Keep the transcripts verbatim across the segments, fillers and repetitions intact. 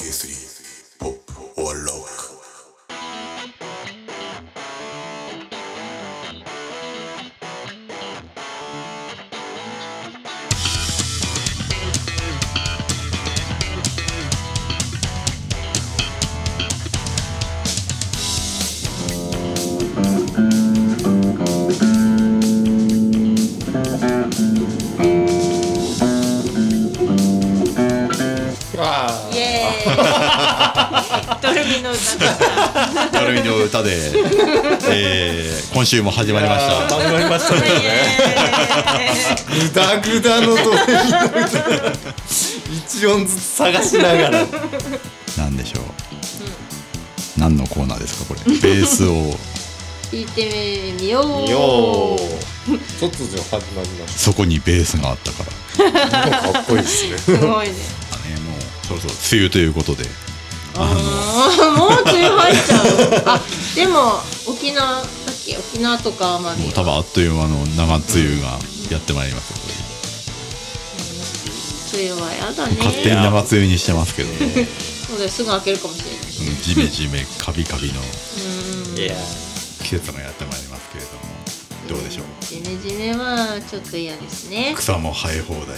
ケースリー ポップ or ロック。 イエーイドルビの歌ドルビの歌で、えー、今週も始まりました。 始まりましたね。グダグダのドルビの歌一音ずつ探しながらなんでしょう、うん、何のコーナーですかこれ。ベースを弾いてみよう。 よ突如始まりました。 そこにベースがあったからかっこいいですね。 すごいね。 ね、もうそろそろ梅雨ということで、 ああもう梅雨入っちゃう。あでも沖縄だっけ、沖縄とかまでもう多分あっという間の長梅雨がやってまいりますよ、 うん、梅雨はやだね。 勝手に長梅雨にしてますけどそうだよ、すぐ開けるかもしれない。 ジメジメカビカビのうんいや季節がやってまいりますけれども、どうでしょう。 ジメジメはちょっと嫌ですね。 草も生え放題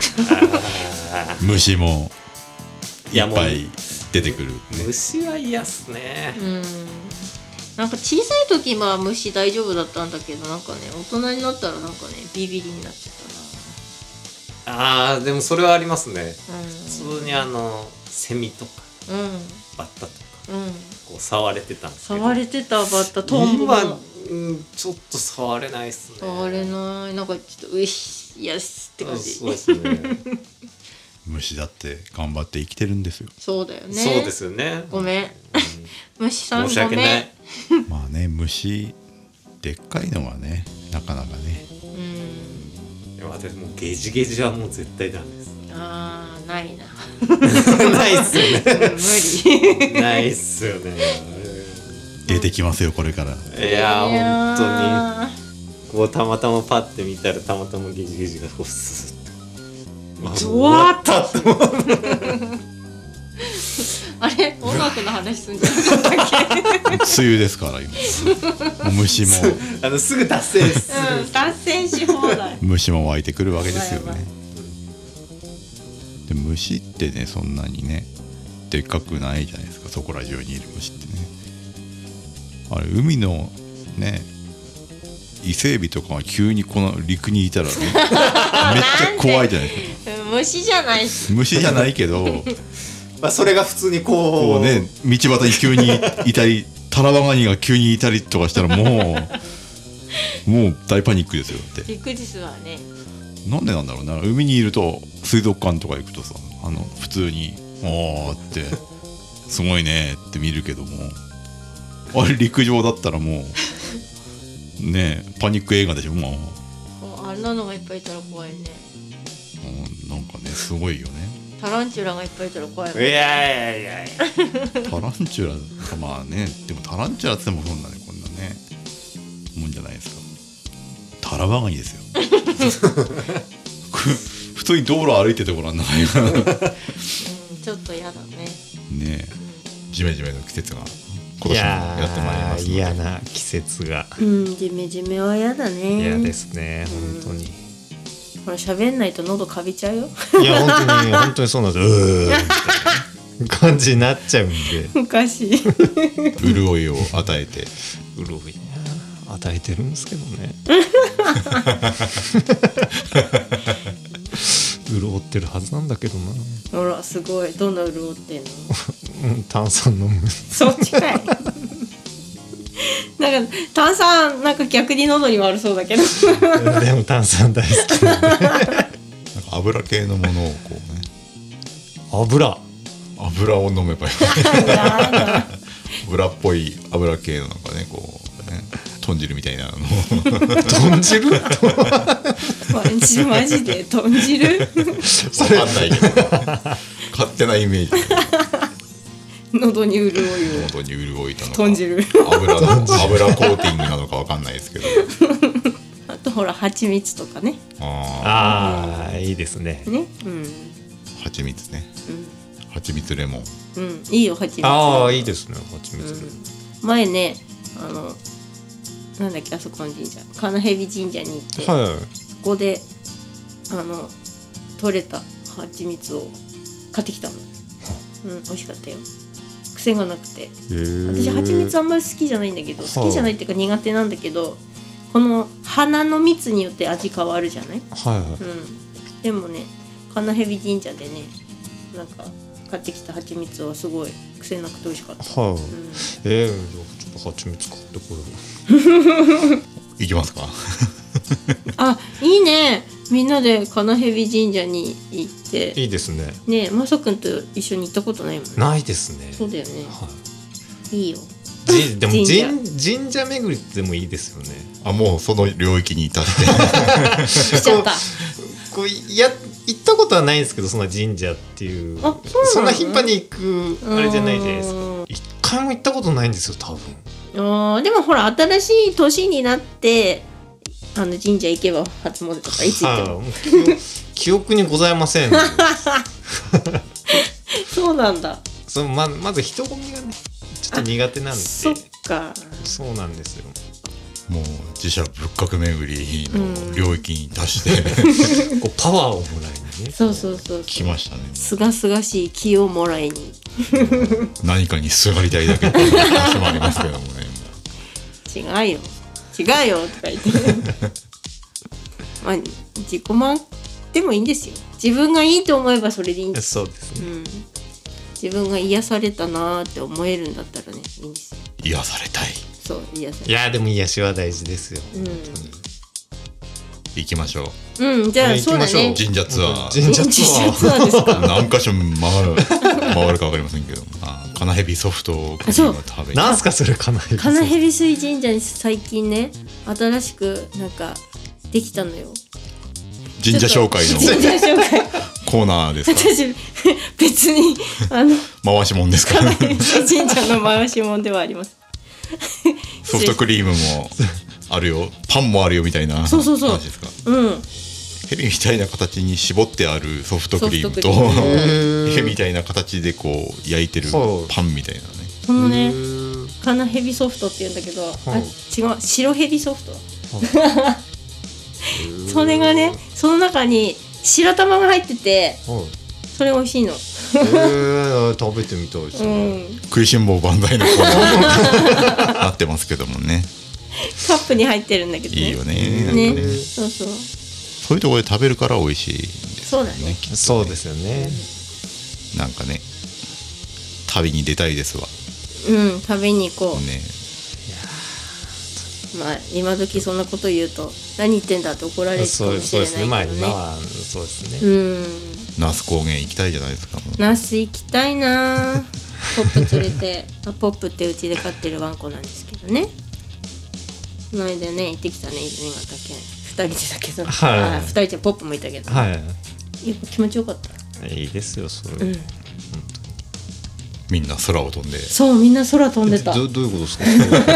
虫もいっぱい出てくる、ね、 虫は嫌っすね。 うんなんか小さい時は虫大丈夫だったんだけど、なんかね大人になったらなんかねビビりになっちゃったな。 あーでもそれはありますね、 うん、 普通にあのセミとかうんバッタとかうんこう触れてたんですけど、 触れてたバッタトンボも今、うん、ちょっと触れないっすね。 触れない。なんかちょっとういしいやしって感じ。 そうですね。 虫だって頑張って生きてるんですよ。 そうだよね。 そうですよね。 ごめん、うん、虫さんごめん。 申し訳ない。 まあね、虫でっかいのはねなかなかね。 うんいや私もうゲジゲジはもう絶対ダメです。 あーないな。 ないっすよね。 無理。 ないっすよね。 出てきますよこれから。 いやー本当にこうたまたまパッて見たらたまたまゲジゲジがこうスーッとゾワッとってあれ音楽の話すんじゃなかったっ梅雨ですから今もう虫もあのすぐ達成です、 け。うん脱線し放題。 虫も湧いてくるわけですよね。で虫ってねそんなにねでっかくないじゃないですか、そこら中にいる虫ってね。あれ海のね伊勢海老とかが急にこの陸にいたら、ね、めっちゃ怖いじゃないですか。 虫じゃないし。 虫じゃないけどまあそれが普通にこうこうね道端に急にいたりタラバガニが急にいたりとかしたらもうもう大パニックですよって。 びっくりするわね。 なんでなんだろうな。海にいると水族館とか行くとさ、あの普通におーってすごいねって見るけども、あれ陸上だったらもうねパニック映画でしょ。もうあんなのがいっぱいいたら怖いね。 うんなんかねすごいよね。 タランチュラがいっぱいいたら怖いいやいやいやいやタランチュラかまあね、でもタランチュラってもそんなねこんなねもんじゃないですか。タラバガニですよ普通に道路歩いててごらんなさいよ、うん、 ちょっと嫌だね。 ねえ、うん、ジメジメの季節が今年もやってまいりますので。 嫌な季節がうんジメジメは嫌だね。 嫌ですね本当に、 うん、ほら喋んないと喉かびちゃうよ。 いや本当に本当にそうなんですよ。うーみたいな感じになっちゃうんで昔潤いを与えて潤いね与えてるんですけどね潤ってるはずなんだけどな。 ほらすごい。どんな潤ってんの炭酸飲むそっちかいなんか炭酸なんか逆に喉に悪そうだけどでも炭酸大好きなんでなんか油系のものをこうね油油を飲めばいい油っぽい油系のなんかねこうね豚汁みたいなの豚汁マジマジで豚汁わかんないけど勝手なイメージ喉に潤いを喉に潤いたのか豚汁油の油コーティングなのかわかんないですけどあとほら蜂蜜とかね。 ああーいいですねねうん蜂蜜ね、 うん蜂蜜レモン。 うんいいよ蜂蜜。 ああいいですね蜂蜜、 うん、前ねあのなんだっけあそこの神社金蛇神社に行って、 はいここであの取れた蜂蜜を買ってきたの。うん美味しかったよ。癖がなくて。私蜂蜜あんまり好きじゃないんだけど、好きじゃないっていうか苦手なんだけど、この花の蜜によって味変わるじゃない。 はいはい、 うん、でもね金蛇神社でねなんか買ってきた蜂蜜はすごい癖なくて美味しかった。 はい、 うん、 えー、ちょっと蜂蜜買ってこよう。 いきますか。 あいいねみんなで金蛇神社に行っていいですね。 ねえまさくんと一緒に行ったことないもんね。 ないですね。 そうだよね、 はい、 いいよ。 じでも神社神神社巡りでもいいですよね。 あもうその領域に至ってしちゃったこういや行ったことはないんですけどそんな神社っていうあそうなのそんな頻繁に行くあれじゃないじゃないですか。 うん一回も行ったことないんですよ多分。 あでもほら新しい年になってあの神社行けば初詣とかいつ行っても、 はい、もう記憶記憶にございません、ね、 そうなんだ。 その ま, まず人混みがねちょっと苦手なんで。 そっかそうなんですよ。 もう自社仏閣巡りの領域に達して、 こうパワーをもらいにねそうそうそう来ましたね。 すがすがしい気をもらいに何かにすがりたいだけっていう話もありますけどもね。 違うよ違うよとか言ってまあ自己満でもいいんですよ。自分がいいと思えばそれでいいんです。 そうですね、 うん、自分が癒されたなーって思えるんだったらねいいんですよ。 癒されたい。 そう癒されいやでも癒しは大事ですよ。 行きましょうん、うん、じゃあはいそうだう。 ね。 神社ツアー。 神社ツアーツアーですか。 何箇所回る回るか分かりませんけど、あ金蛇ソフトクリームを食べに。 なんすかそれかなり金蛇水神社に最近ね新しくなんかできたのよ。 神社紹介の神社紹介コーナーですか。 私別にあの回しもんですか。 神社の回しもんではあります。 ソフトクリームもあるよ、パンもあるよみたいな話そうそうそうですか。 うん蛇みたいな形に絞ってあるソフトクリームとソフトクリー蛇みたいな形でこう焼いてるパンみたいなね。 このね金蛇ソフトって言うんだけど、あ違う白蛇ソフトそれがねその中に白玉が入っててそれ美味しいの。 えー、食べてみたいですうね、 ん、 食いしん坊万歳のコーナーなってますけどもね。 カップに入ってるんだけどね。 いいよね。 ねなんかねそうそうそういうところで食べるから美味しいんですよね。 そうだねきっとねそうですよね。 なんかね旅に出たいですわうん食べに行こう。 ね。 まあ今時そんなこと言うと何言ってんだって怒られるかそうもしそうですね。まあれないけどね。 今はそうですね。 うん那須高原行きたいじゃないですか。もう那須行きたいなポップ連れてあポップってうちで飼ってるワンコなんですけどね。この間ね行ってきたね新潟県ふたりでだけど、 はいあふたりじゃポップもいたけど、 はい。 やっぱ気持ちよかった。 いいですよそれ。 うんみんな空を飛んでそうみんな空飛んでた。 どどういうことですか。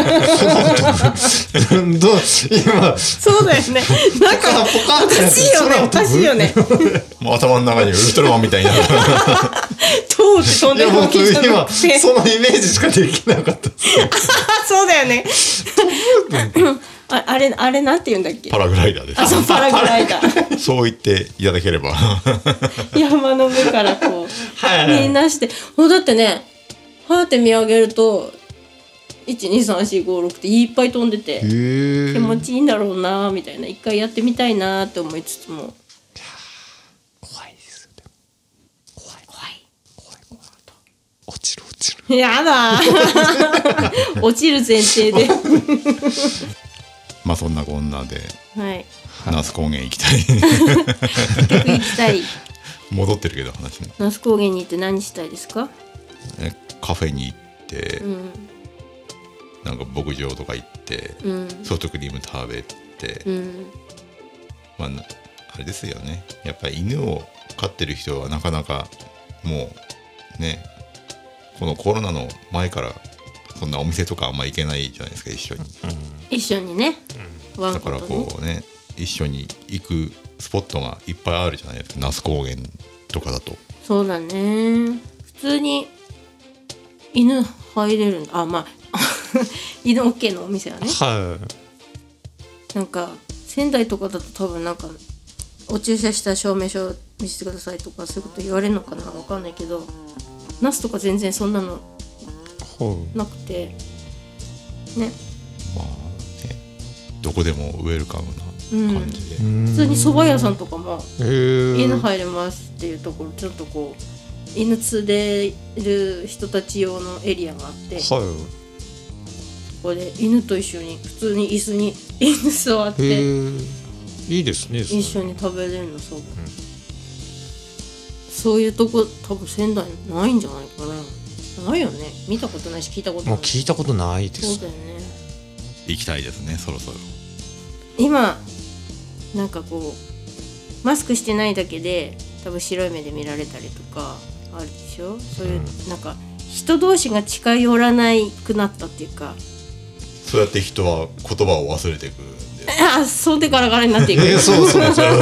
どう今そうだよね。なんかポカンおかしいよねおかしいよね。 もう頭の中にウルトラマンみたいな通って飛んでるわいや僕けじゃな今くてそのイメージしかできなかったです。 そうだよね。ああれあれなんて言うんだっけ。 パラグライダーですあそうパラグライダー。 そう言っていただければ山の上からこうはいみんなしてもうだってねはーって見上げるといちにさんしごろくっていっぱい飛んでて気持ちいいんだろうなみたいな一回やってみたいなって思いつつも怖いですよ。でも怖い怖い怖い怖い。落ちる落ちる。 やだー落ちる前提でまあそんなこんなではい那須高原行きたい行きたい。 戻ってるけど話も那須高原に行って何したいですか。 えカフェに行って、 うんなんか牧場とか行って、 うんソフトクリーム食べて、 うんまあなあれですよね、やっぱり犬を飼ってる人はなかなかもうねこのコロナの前からそんなお店とかあんま行けないじゃないですか一緒に、 一緒にね、ワンだからコとねこうね一緒に行くスポットがいっぱいあるじゃないですか那須高原とかだと。 そうだね。普通に犬入れるんだ。あ、まあ犬 OK のお店はね。 はなんか仙台とかだと多分なんかお注射した証明書見せてくださいとかそういうこと言われるのかな、わかんないけど、ナスとか全然そんなのいはなくてね。 まあね、どこでもウェルカムな感じで、 い。 普通に蕎麦屋さんとかもへー犬入れますっていうところ、ちょっとこう犬連れる人たち用のエリアがあって、そはこで犬と一緒に普通に椅子に犬座っい。へてーいいですね。それ一緒に食べれるの。そう、うん、そういうとこ多分仙台にないんじゃないかな。ないよね。見たことないし聞いたことなもいう聞いたことないです。 そうだよね。 行きたいですね、そろそろ。 今なんかこうマスクしてないだけで多分白い目で見られたりとかあるでしょ。そういう、うん、なんか人同士が近寄らないくなったっていうか、 そうやって人は言葉を忘れてくるんであ、そうでガラガラになっていくえー、そうそうそう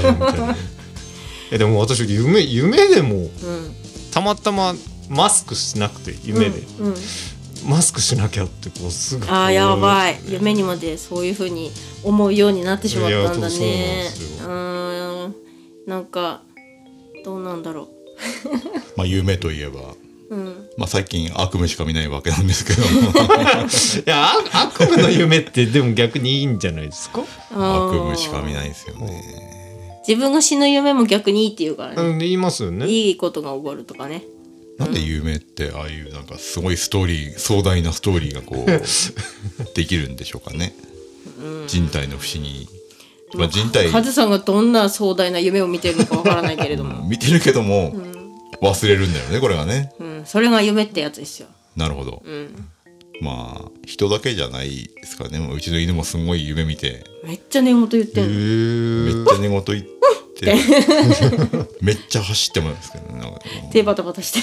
えでも私夢夢でも、うん、たまたまマスクしなくて夢で、うんうん、マスクしなきゃってこうすぐこうあーやばい、夢にまでそういう風に思うようになってしまったんだね。うーん、なんかどうなんだろうまあ夢といえば、うん、まあ最近悪夢しか見ないわけなんですけどいや悪夢の夢ってでも逆にいいんじゃないですか。 悪夢しか見ないですよね。 自分が死ぬ夢も逆にいいって言うからね、 うん、言いますよね。 いいことが起こるとかね。 なんで夢ってああいうなんかすごいストーリー、壮大なストーリーがこうできるんでしょうかね、うん、人体の不思議、まあ、人体カズさんがどんな壮大な夢を見てるのかわからないけれども、 うん、見てるけども、うん、忘れるんだよねこれがね、 うん、それが夢ってやつですよ。 なるほど、 うん、 まあ人だけじゃないですかね。うちの犬もすごい夢見てめっちゃ寝言言ってんの、めっちゃ寝言言ってめっちゃ走ってますけどね、なんか手バタバタして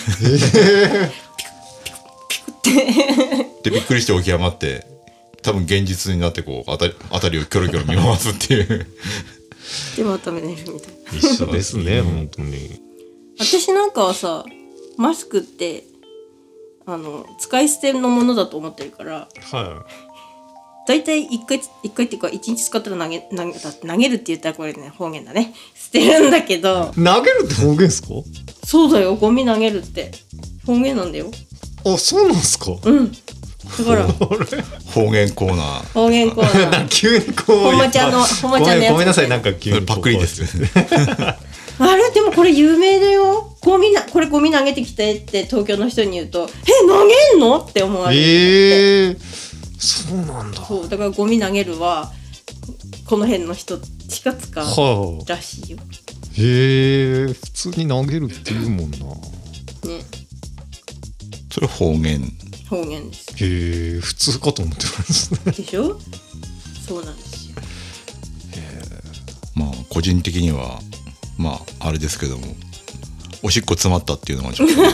ピクピクピクってでびっくりして起き上がって多分現実になってこうあたり、あたりをキョロキョロ見回すっていうでまた寝るみたいな。 一緒ですね本当に。 私なんかはさマスクってあの使い捨てのものだと思ってるから、 はいだいたいいっかいいっかいっていうかいちにち使ったら投げ投げだって投げるって言ったらこれね方言だね、捨てるんだけど。 投げるって方言ですか。 そうだよ、ゴミ投げるって方言なんだよ。 あ、そうなんですか。 うんだから方言コーナー方言コーナー急にこうほんまちゃんのほんまちゃんのやつごめんなさい、なんか急にパクリですよねあれでもこれ有名だよ。ゴミなこれゴミ投げてきてって東京の人に言うと、え投げんのって思われる。 えーそうなんだ。 そうだからゴミ投げるはこの辺の人しか使うらしいよ、はあ、 へえ、普通に投げるって言うもんな。ね、 それ方言方言です。 へえ、普通かと思ってますね。 でしょ。そうなんですよ。 へまあ個人的にはまああれですけども、おしっこ詰まったっていうのがちょっと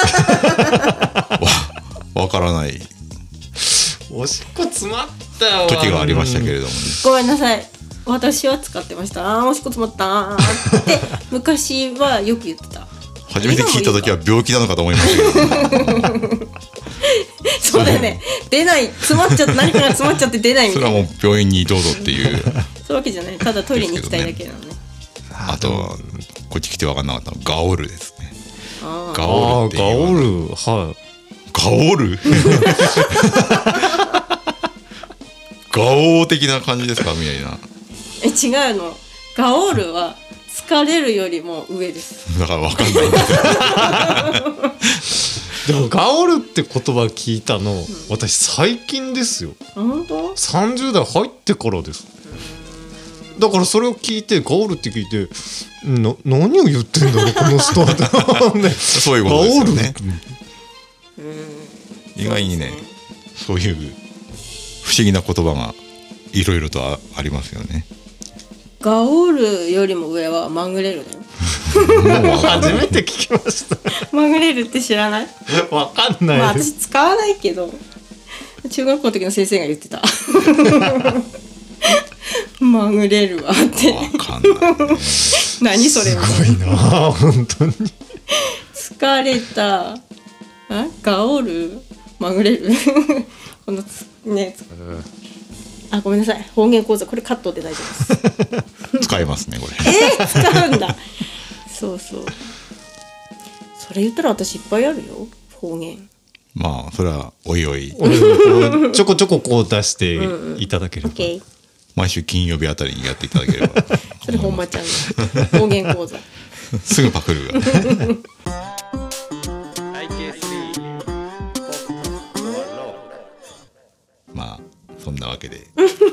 わ, わからないおしっこ詰まったよ時がありましたけれどもね。 ごめんなさい、私は使ってました。あーおしっこ詰まったって昔はよく言ってた。 初めて聞いた時は病気なのかと思いましたけどそうだよね、出ない、詰まっちゃって何かが詰まっちゃって出ないみたいな。 それはもう病院にどうぞっていうそういうわけじゃない、ただトイレに行きたいだけなのね。 あとはこっち来て分かんなかったのガオルですね。 ガオルっていうガオル、はい、 ガオルガオー的な感じですかみたいな。 え違うの、ガオールは疲れるよりも上です。 だから分かんないんですでもガオルって言葉聞いたの、うん、私最近ですよ。 本当？ さんじゅう代入ってからです。だからそれを聞いてガオルって聞いてな何を言ってんだろうこの人はってそういうことですよね。 うん意外にね、そういう不思議な言葉がいろいろと あ, ありますよね。 ガオールよりも上はマングレルだよもう初めて聞きましたマングレルって知らない？ わかんない、 まあ、私使わないけど中学校の時の先生が言ってたマングレルはってわかんない、ね、 何それすごいな本当に疲れた。あ、ガオルまぐれるこのつねつあ、ごめんなさい、方言講座これカットで大丈夫です使えますねこれ。 えー、使うんだそうそう、それ言ったら私いっぱいあるよ方言。 まあそれはおいおい俺もこうちょこちょここう出していただければ、 オッケー。 毎週金曜日あたりにやっていただければそれ本間ちゃんの方言講座すぐパクるがまあそんなわけで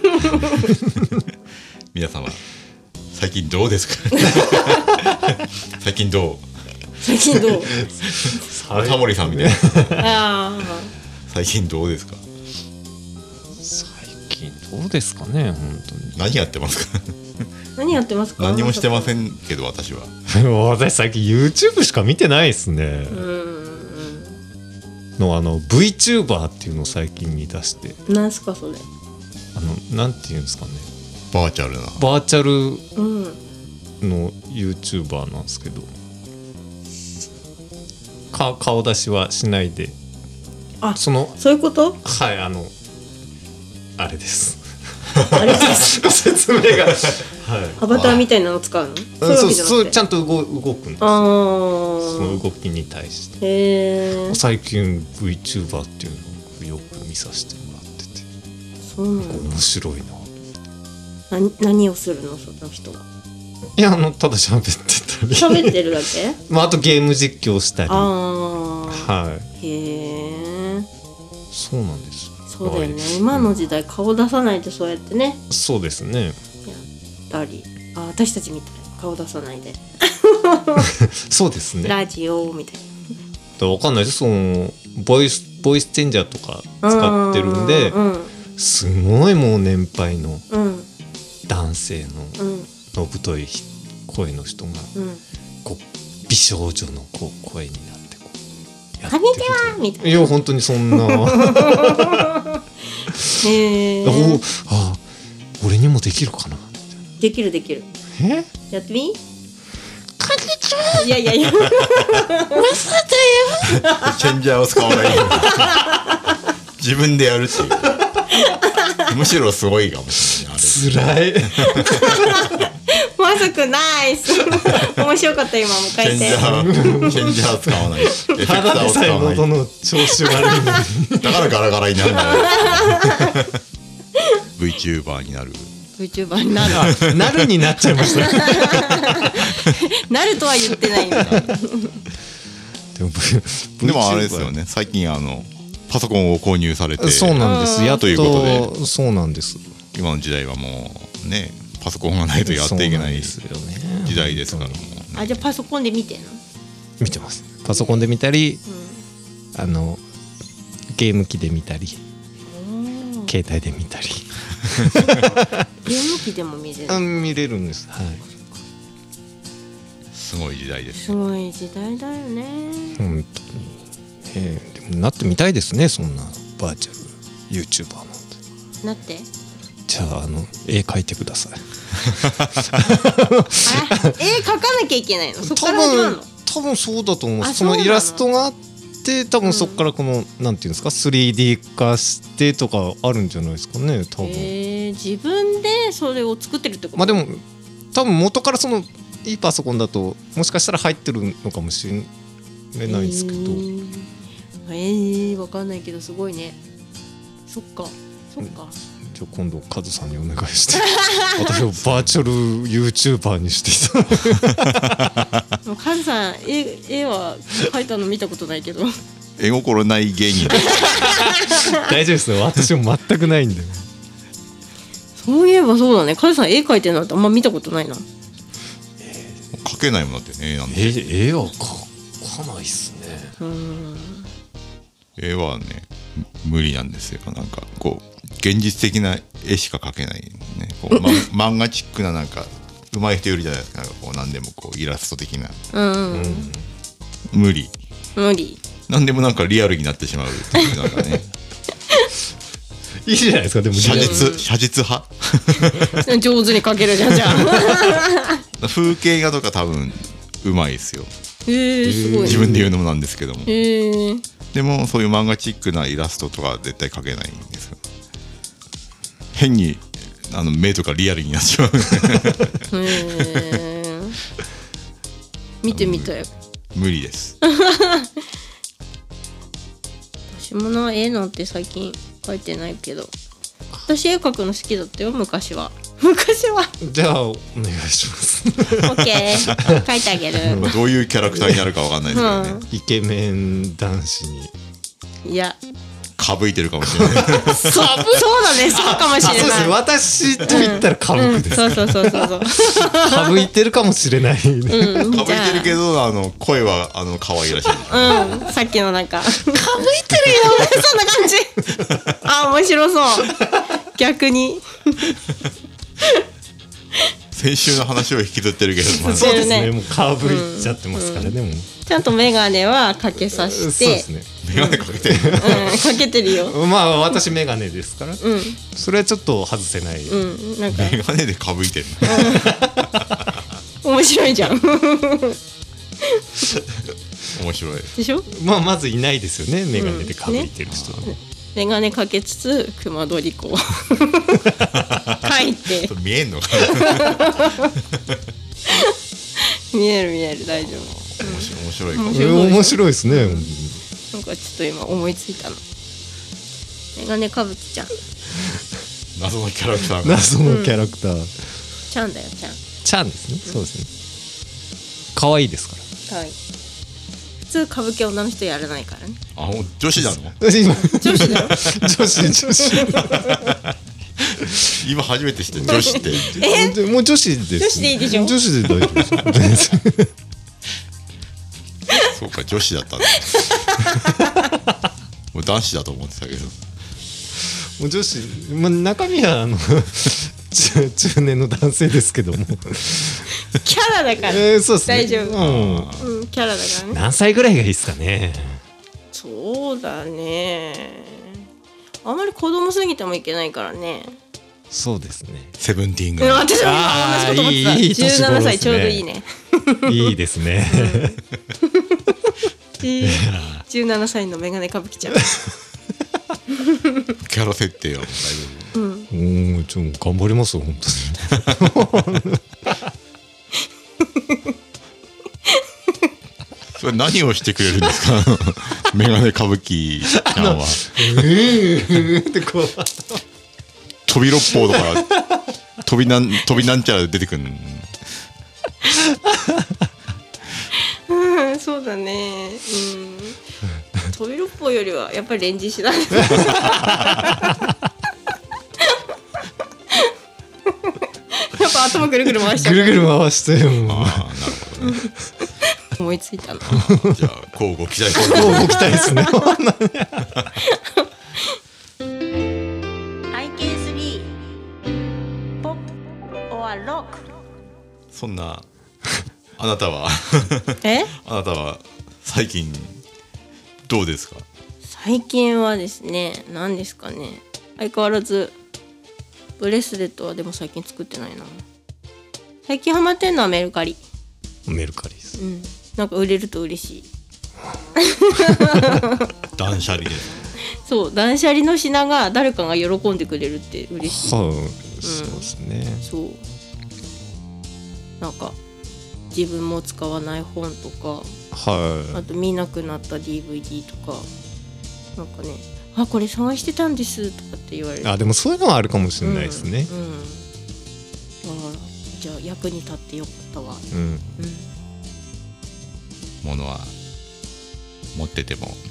皆様最近どうですか最近どう最近どうタモリさんみたいなああ最近どうですか。 最近どうですかね、本当に。 何やってますか何やってますか。 何もしてませんけど私は私最近 YouTube しか見てないですね。 うんのあの VTuber っていうのを最近見出して、 なんすかそれ。 あのなんていうんですかね、 バーチャルなバーチャルうんの YouTuber なんですけど、か顔出しはしないで、 あそのそういうことはいあのあれですあれです説明がはいアバターみたいなの使うの。そういうわそうけじゃなくて。 そうちゃんと動動くんです。 あそのー動きに対してへえ。 最近 VTuber っていうのをよく見させてもらっててそうなの。 面白いな。 何何をするのその人は。 いやあのただ喋ってたり喋ってるだけまあ、あとゲーム実況したりあはいあへえ。 そうなんです。 そうだよね、今の時代顔出さないとそうやってねそうですね。 やったり、あ私たちみたい顔出さないでそうですね。 ラジオみたいだわかんないです。そのボイスボイスチェンジャーとか使ってるんで、 うんすごいもう年配のうん男性のうんのぶとい声の人がうんこう美少女のこう声になってこうやってこんにちはみたいいや本当にそんななへえおあ俺にもできるかな。 できるできるえやってみ。 こんにちはいやいやいやチェンジャーを使わない自分でやるっていうむしろすごいかもしれないつらいまさくナイス面白かった今もう書チェンジいてャーチェンジャー使わないエフェクタただでさえーを使わない喉の調子悪いのにだからガラガラになるんだよVTuber になる VTuber になるあなるになっちゃいましたなるとは言ってないみたいなでもでもあれですよね最近あのパソコンを購入されてそうなんです。 うんやっとということそうなんです。 今の時代はもうねパソコンがないとやっていけないそうんですよね時代ですからもうあじゃあパソコンで見てんの。 見てます。パソコンで見たり、 うあのゲーム機で見たり、 ん、 携帯で見たり、 ゲーム機でも見れる。 あ見れるんです。はい。 すごい時代ですすごい時代だよね。 本当に。えー、でもなってみたいですね。そんなバーチャル YouTuber なんて。 なってじゃああの絵描いてください。 あ絵描かなきゃいけないの。そっ多から始まるの。 分多分そうだと思う。そあそうなののイラストがあって多分そこからこの、なんていうんですか スリーディー 化してとかあるんじゃないですかね多分。 えー、自分でそれを作ってるってこと。 まあでも多分元からそのいいパソコンだともしかしたら入ってるのかもしれないですけど、 えー、えー、わかんないけどすごいね。そっかそっか。 じゃあ今度カズさんにお願いして私をバーチャル YouTuber にしていただいてもうカズさん絵絵は描いたの見たことないけど絵心ない芸人大丈夫ですね私も全くないんで。 そういえばそうだね。カズさん絵描いてるなんてあんま見たことないな。 描けないもんだってねなんでえ絵は描かないっすね。 うーん絵はね無理なんですよ。なんかこう現実的な絵しか描けないねこう、ま、漫画チックななんか上手い人いるじゃないですか。なんかこう何でもこうイラスト的なうん、うん、 無理無理。 何でもなんかリアルになってしまうっていうなんかねいいじゃないですかでも写実写実派上手に描けるじゃんじゃあ風景画とか多分うまいですよ。 へえ、すごい。 自分で言うのもなんですけども、 へえ。 でもそういう漫画チックなイラストとかは絶対描けないんですよ。変にあの目とかリアルになっちまう。 へえ。見てみたい。 無理です。 私もな、絵なんて最近描いてないけど、私絵描くの好きだったよ、昔は。昔は。 じゃあお願いします。 オッケー、描いてあげる。 どういうキャラクターになるかわかんないですけどね、 イケメン男子にいや、 かぶいてるかもしれない。 そう、そうだね、そうかもしれない。 そうですね、私と言ったら歌舞伎です、 うん、そうそうそうそうそう。 歌舞いてるかもしれない、ね、 うん、 かぶいてるけど、あの声はあの可愛らしいでしょ。 うん、さっきのなんかかぶいてるよそんな感じ。あ、面白そう。逆に。 先週の話を引きずってるけど、まあ、 そうですね、 ね、 もうかぶいちゃってますからね、うん、もうちゃんとメガネはかけさせて、 そうですね、 メガネかけてる、 うん、かけてるよ。 まあ私メガネですから、 うん、 それはちょっと外せない、 うん、なんかメガネでかぶいてる、 うん、面白いじゃん。 面白いでしょ。 まあまずいないですよね、メガネでかぶいてる人は、 ね、メガネかけつつ熊取り子を書いて見えんのかな。 見える見える、大丈夫。 面白い面白いか面も。 白い面白いですね、 なんかちょっと今思いついたの。メガネかぶきちゃん、 謎のキャラクターが謎のキャラクター、 ちゃんだよ、ちゃん。 ちゃんですね、そうですね、可愛いですかはい。普通歌舞伎は女の人やらないからね。 あ、もう女子なの？ ら今女子だよ。 女子女子今初めて知って女子ってえもう女子です女子でいいでしょ。 女子で大丈夫ですそうか、女子だったんだ。もう男子だと思ってたけど、 もう女子、まあ、中身はあの中, 中年の男性ですけどもキャラだから、 えー、そうですね、 大丈夫、 うんうん、キャラだからね。 何歳ぐらいがいいですかね。 そうだね、あんまり子供すぎてもいけないからね。 そうですね、 セブンティーンうん、 が私も今同じこと思ってた。 いいいい年頃ですねじゅうななさいちょうどいいね。 いいですね、 じゅうななさいのメガネかぶきちゃん。 キャラ設定はだいぶ、 うん、 おお、ちょっと頑張りますよ本当にそれ何をしてくれるんですか？メガネ歌舞伎ちゃんはってこう飛び六方とか飛びなん飛びなんちゃらで出てくる。 うん、そうだね、うん、飛び六方よりはやっぱりレンジしだね。やっぱ頭ぐるぐる回しちゃう。 ぐるぐる回してもうああ、なるほどね。 思いついたの。 じゃあ交互期待。 もうご期待ですねアイケースリー ポップ or ロック。 そんなあなたはえ？ あなたは最近どうですか？ 最近はですね、何ですかね、相変わらずブレスレットはでも最近作ってないな。最近ハマってんのはメルカリ。 メルカリです、 うん、なんか売れると嬉しい。 断捨離で。 そう、断捨離の品が誰かが喜んでくれるって嬉しい。 はい、そうですね、 そう、なんか自分も使わない本とか、 はい、 あと見なくなった ディーブイディー とか、なんかね、あ、これ探してたんですとかって言われる。 あ、でもそういうのはあるかもしれないですね、 うん、うん、あ、じゃあ役に立ってよかったわ。 うん、 うん、 物は持ってても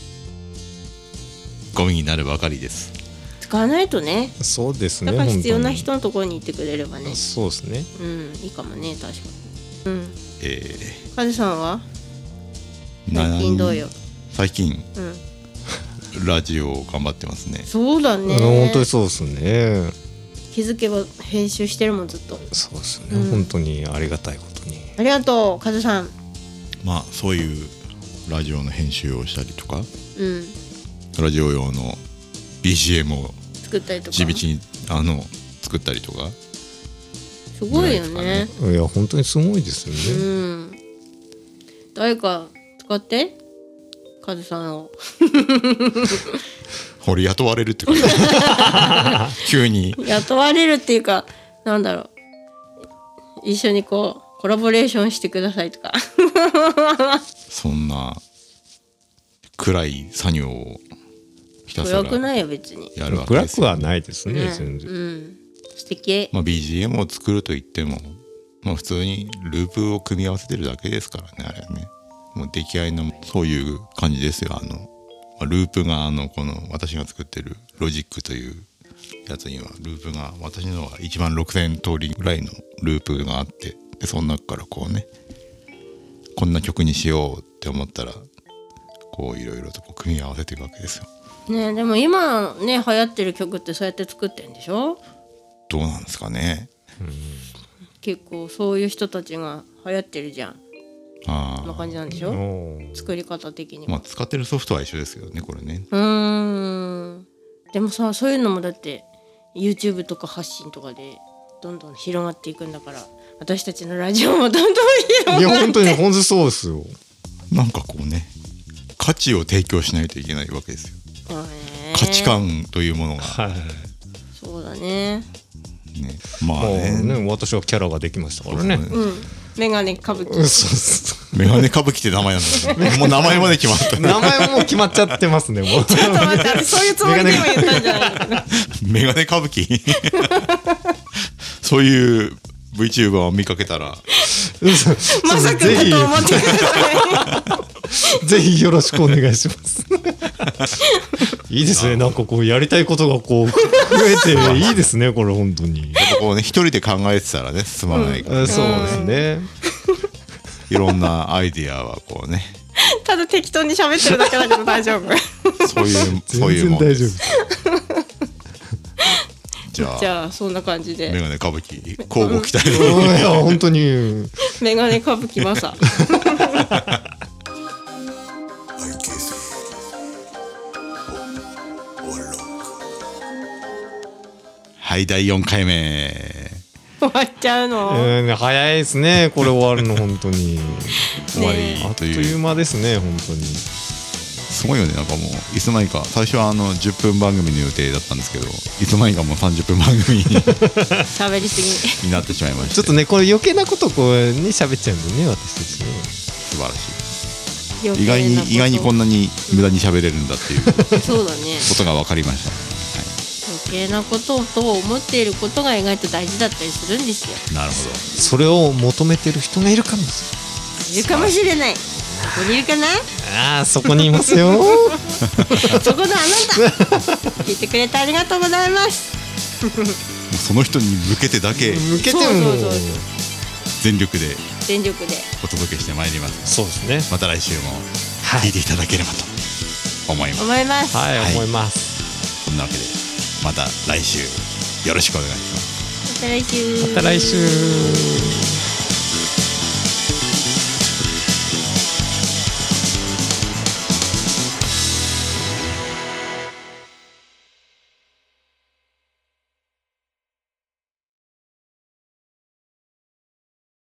ゴミになるばかりです。 使わないとね。 そうですね、 だから必要な本人のところに行ってくれればね当に。そうですね、 うん、いいかもね、確かに。うん。 えカズさんはー、 最近どうよ。 最近うん。 ラジオを頑張ってますね。 そうだね。 本当にそうですね、 気づけば編集してるもん、ずっと。 そうですね、 うん、 本当にありがたいことに。 ありがとう、カズさん。 まあそういうラジオの編集をしたりとか、 うん。 ラジオ用の ビージーエム を作ったりとか。 地道にあの作ったりとか。 すごいよね。 いや本当にすごいですようね。 ん。 誰か使ってカズさんを俺雇われるってこと急に雇われるっていうかなんだろう一緒にこうコラボレーションしてくださいとかそんな暗い作業をひたすら暗くないよ別にやるわけ暗ですよ。 くはないですね、 ね全然。 うん素敵まあ、ビージーエム を作ると言っても、まあ、普通にループを組み合わせてるだけですからねあれはね。もう出来合いのそういう感じですよ。あのまあループがあのこの私が作ってるロジックというやつにはループが私のはいちまんろくせん通りぐらいのループがあって、でその中からこうねこんな曲にしようって思ったらこういろいろとこう組み合わせていくわけですよ。 ねでも今ね流行ってる曲ってそうやって作ってんでしょ。 どうなんですかね。 結構そういう人たちが流行ってるじゃん。 あこんな感じなんでしょおー作り方的には、 まあ使ってるソフトは一緒ですけどねこれね。 うーんでもさそういうのもだって YouTube とか発信とかでどんどん広がっていくんだから私たちのラジオもどんどん広がっていや本当に本当にそうですよ。 なんかこうね価値を提供しないといけないわけですよ。 まあね価値観というものがはい。 そうだねね、まあもうねね私はキャラができましたからね。 うんメガネかぶきうんそうそうメガネ歌舞伎って名前なんですよ。もう名前まで決まった。 名前ももう決まっちゃってますねもう。 ちょっと待って私そういうつもりで今言ったんじゃないのかなメガネ歌舞伎そういう VTuber を見かけたらまさかぜひかと思ってくださいぜひよろしくお願いします。いいですね。なんかこうやりたいことがこう増えていいですね。これ本当に。 やっぱこうね一人で考えてたらね進まないから、 あそうですね。 いろんなアイディアはこうねただ適当に喋ってるだけだけど大丈夫そういうそういう全然もんで大丈す。 夫。 じゃあじゃあそんな感じでメガネ歌舞伎交互期待で、 うんいや本当に。 メガネ歌舞伎マサアイケースおおロックはいだいよんかいめ終わっちゃうの、 うん早いですね。これ終わるの本当に。 終わりあっとといういう間ですね本当に。 すごいよね。なんかもういつの間にか最初はあのじゅっぷん番組の予定だったんですけどいつの間にかもうさんじゅっぷん番組に喋りすぎになってしまいましてちょっとねこれ余計なことこうね喋っちゃうんでね私たちね。 素晴らしい。意外に意外にこんななに無駄に喋れるんだっていうこそうだねとが分かりました、 余計なことと思っていることが意外と大事だったりするんですよはい、なるほど。 それを求めてる人がいるかもしれない。 いるかもしれないここにいるかなああそこにいますよ。 そこのあなた聞いてくれてありがとうございますもうその人に向けてだけ向けてもそうそうそう全力で全力でお届けしてまいります。 そうですね。 また来週もはい聞いていただければと思います、 思います、 はい、 はい思います。 そんなわけでまた来週よろしくお願いします。 また来週また来週。